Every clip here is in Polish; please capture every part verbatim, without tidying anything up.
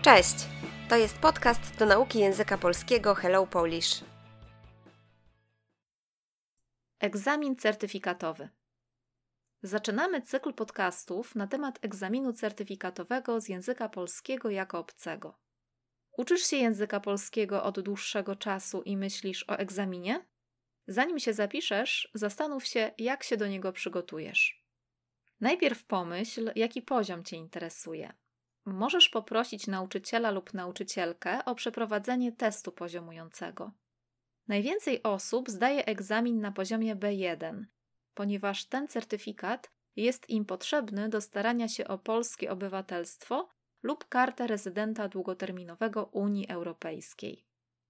Cześć! To jest podcast do nauki języka polskiego Hello Polish. Egzamin certyfikatowy. Zaczynamy cykl podcastów na temat egzaminu certyfikatowego z języka polskiego jako obcego. Uczysz się języka polskiego od dłuższego czasu i myślisz o egzaminie? Zanim się zapiszesz, zastanów się, jak się do niego przygotujesz. Najpierw pomyśl, jaki poziom Cię interesuje. Możesz poprosić nauczyciela lub nauczycielkę o przeprowadzenie testu poziomującego. Najwięcej osób zdaje egzamin na poziomie B jeden, ponieważ ten certyfikat jest im potrzebny do starania się o polskie obywatelstwo lub kartę rezydenta długoterminowego Unii Europejskiej.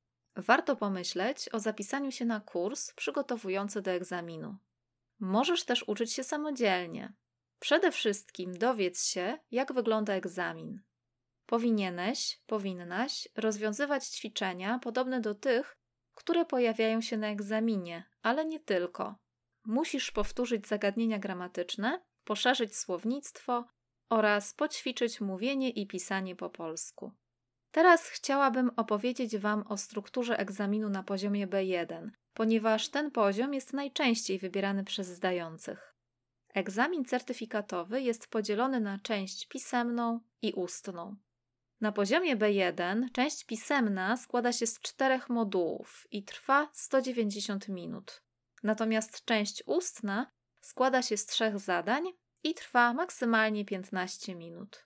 Warto pomyśleć o zapisaniu się na kurs przygotowujący do egzaminu. Możesz też uczyć się samodzielnie. Przede wszystkim dowiedz się, jak wygląda egzamin. Powinieneś, powinnaś rozwiązywać ćwiczenia podobne do tych, które pojawiają się na egzaminie, ale nie tylko. Musisz powtórzyć zagadnienia gramatyczne, poszerzyć słownictwo oraz poćwiczyć mówienie i pisanie po polsku. Teraz chciałabym opowiedzieć Wam o strukturze egzaminu na poziomie B jeden, ponieważ ten poziom jest najczęściej wybierany przez zdających. Egzamin certyfikatowy jest podzielony na część pisemną i ustną. Na poziomie B jeden część pisemna składa się z czterech modułów i trwa sto dziewięćdziesiąt minut. Natomiast część ustna składa się z trzech zadań i trwa maksymalnie piętnaście minut.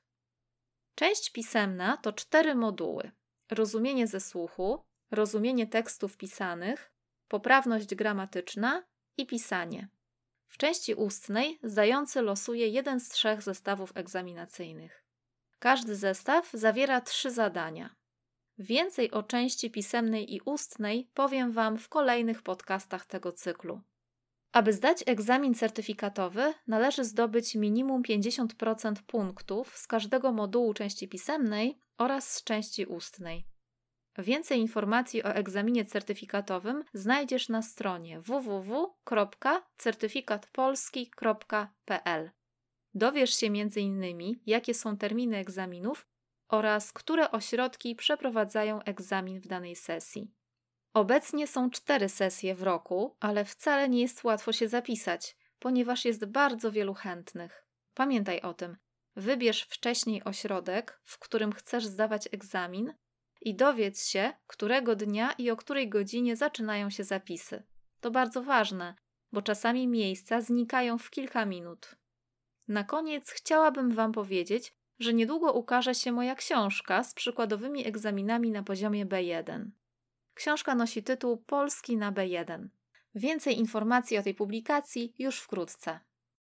Część pisemna to cztery moduły: rozumienie ze słuchu, rozumienie tekstów pisanych, poprawność gramatyczna i pisanie. W części ustnej zdający losuje jeden z trzech zestawów egzaminacyjnych. Każdy zestaw zawiera trzy zadania. Więcej o części pisemnej i ustnej powiem Wam w kolejnych podcastach tego cyklu. Aby zdać egzamin certyfikatowy, należy zdobyć minimum pięćdziesiąt procent punktów z każdego modułu części pisemnej oraz z części ustnej. Więcej informacji o egzaminie certyfikatowym znajdziesz na stronie w w w kropka certyfikat polski kropka p l. Dowiesz się między innymi, jakie są terminy egzaminów oraz które ośrodki przeprowadzają egzamin w danej sesji. Obecnie są cztery sesje w roku, ale wcale nie jest łatwo się zapisać, ponieważ jest bardzo wielu chętnych. Pamiętaj o tym. Wybierz wcześniej ośrodek, w którym chcesz zdawać egzamin i dowiedz się, którego dnia i o której godzinie zaczynają się zapisy. To bardzo ważne, bo czasami miejsca znikają w kilka minut. Na koniec chciałabym Wam powiedzieć, że niedługo ukaże się moja książka z przykładowymi egzaminami na poziomie B jeden. Książka nosi tytuł Polski na B jeden. Więcej informacji o tej publikacji już wkrótce.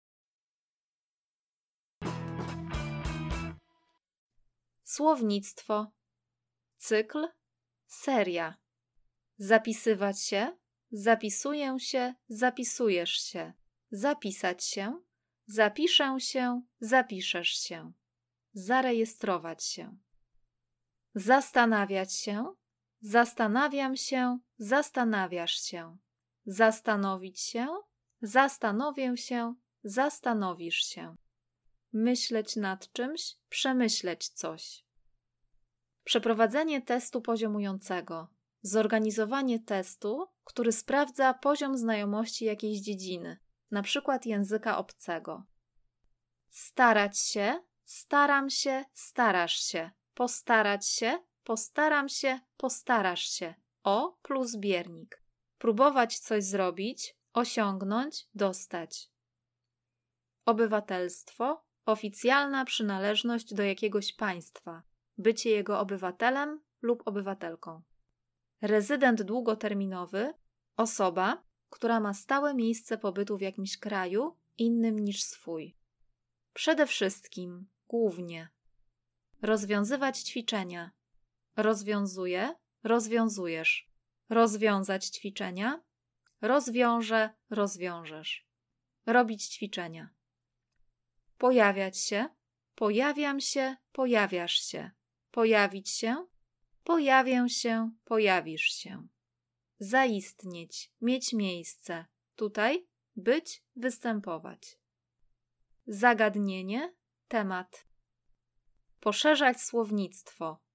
Słownictwo. Cykl. Seria. Zapisywać się. Zapisuję się. Zapisujesz się. Zapisać się. Zapiszę się. Zapiszesz się. Zarejestrować się. Zastanawiać się. Zastanawiam się. Zastanawiasz się. Zastanowić się. Zastanowię się. Zastanowisz się. Myśleć nad czymś. Przemyśleć coś. Przeprowadzenie testu poziomującego. Zorganizowanie testu, który sprawdza poziom znajomości jakiejś dziedziny, np. języka obcego. Starać się, staram się, starasz się. Postarać się, postaram się, postarasz się. O plus biernik. Próbować coś zrobić, osiągnąć, dostać. Obywatelstwo, oficjalna przynależność do jakiegoś państwa. Bycie jego obywatelem lub obywatelką. Rezydent długoterminowy, osoba, która ma stałe miejsce pobytu w jakimś kraju innym niż swój. Przede wszystkim, głównie. Rozwiązywać ćwiczenia. Rozwiązuje, rozwiązujesz. Rozwiązać ćwiczenia. Rozwiążę, rozwiążesz. Robić ćwiczenia. Pojawiać się. Pojawiam się, pojawiasz się. Pojawić się. Pojawię się, pojawisz się. Zaistnieć, mieć miejsce. Tutaj być, występować. Zagadnienie, temat. Poszerzać słownictwo.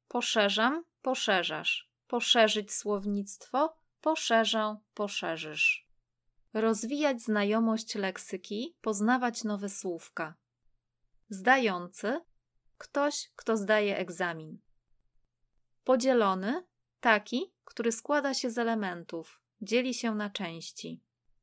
Poszerzam, poszerzasz. Poszerzyć słownictwo, poszerzę, poszerzysz. Rozwijać znajomość leksyki, poznawać nowe słówka. Zdający, ktoś, kto zdaje egzamin. Podzielony, taki, który składa się z elementów, dzieli się na części.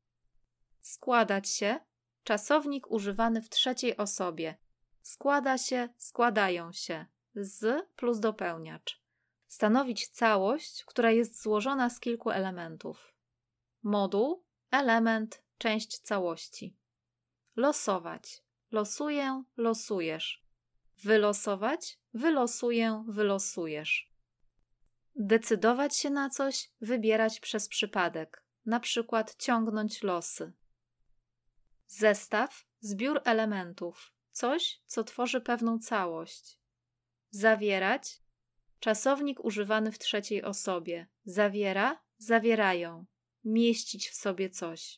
Składać się, czasownik używany w trzeciej osobie. Składa się, składają się, z plus dopełniacz. Stanowić całość, która jest złożona z kilku elementów. Moduł, element, część całości. Losować. Losuję, losujesz. Wylosować, wylosuję, wylosujesz. Decydować się na coś, wybierać przez przypadek. Na przykład ciągnąć losy. Zestaw, zbiór elementów. Coś, co tworzy pewną całość. Zawierać, czasownik używany w trzeciej osobie. Zawiera, zawierają. Mieścić w sobie coś.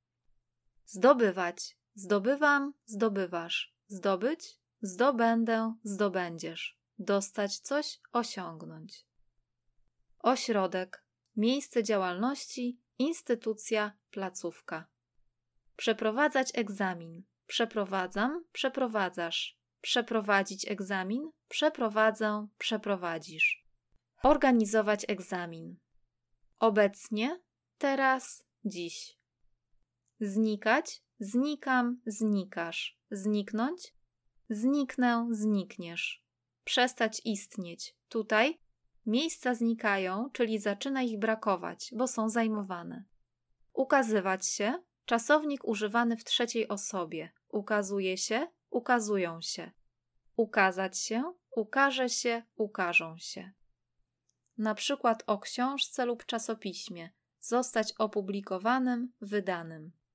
Zdobywać. Zdobywam, zdobywasz. Zdobyć, zdobędę, zdobędziesz. Dostać coś, osiągnąć. Ośrodek. Miejsce działalności, instytucja, placówka. Przeprowadzać egzamin. Przeprowadzam, przeprowadzasz. Przeprowadzić egzamin, przeprowadzę, przeprowadzisz. Organizować egzamin. Obecnie, teraz, dziś. Znikać, znikam, znikasz. Zniknąć, zniknę, znikniesz. Przestać istnieć. Tutaj miejsca znikają, czyli zaczyna ich brakować, bo są zajmowane. Ukazywać się, czasownik używany w trzeciej osobie. Ukazuje się, ukazują się. Ukazać się, ukaże się, ukażą się. Na przykład o książce lub czasopiśmie. Zostać opublikowanym, wydanym.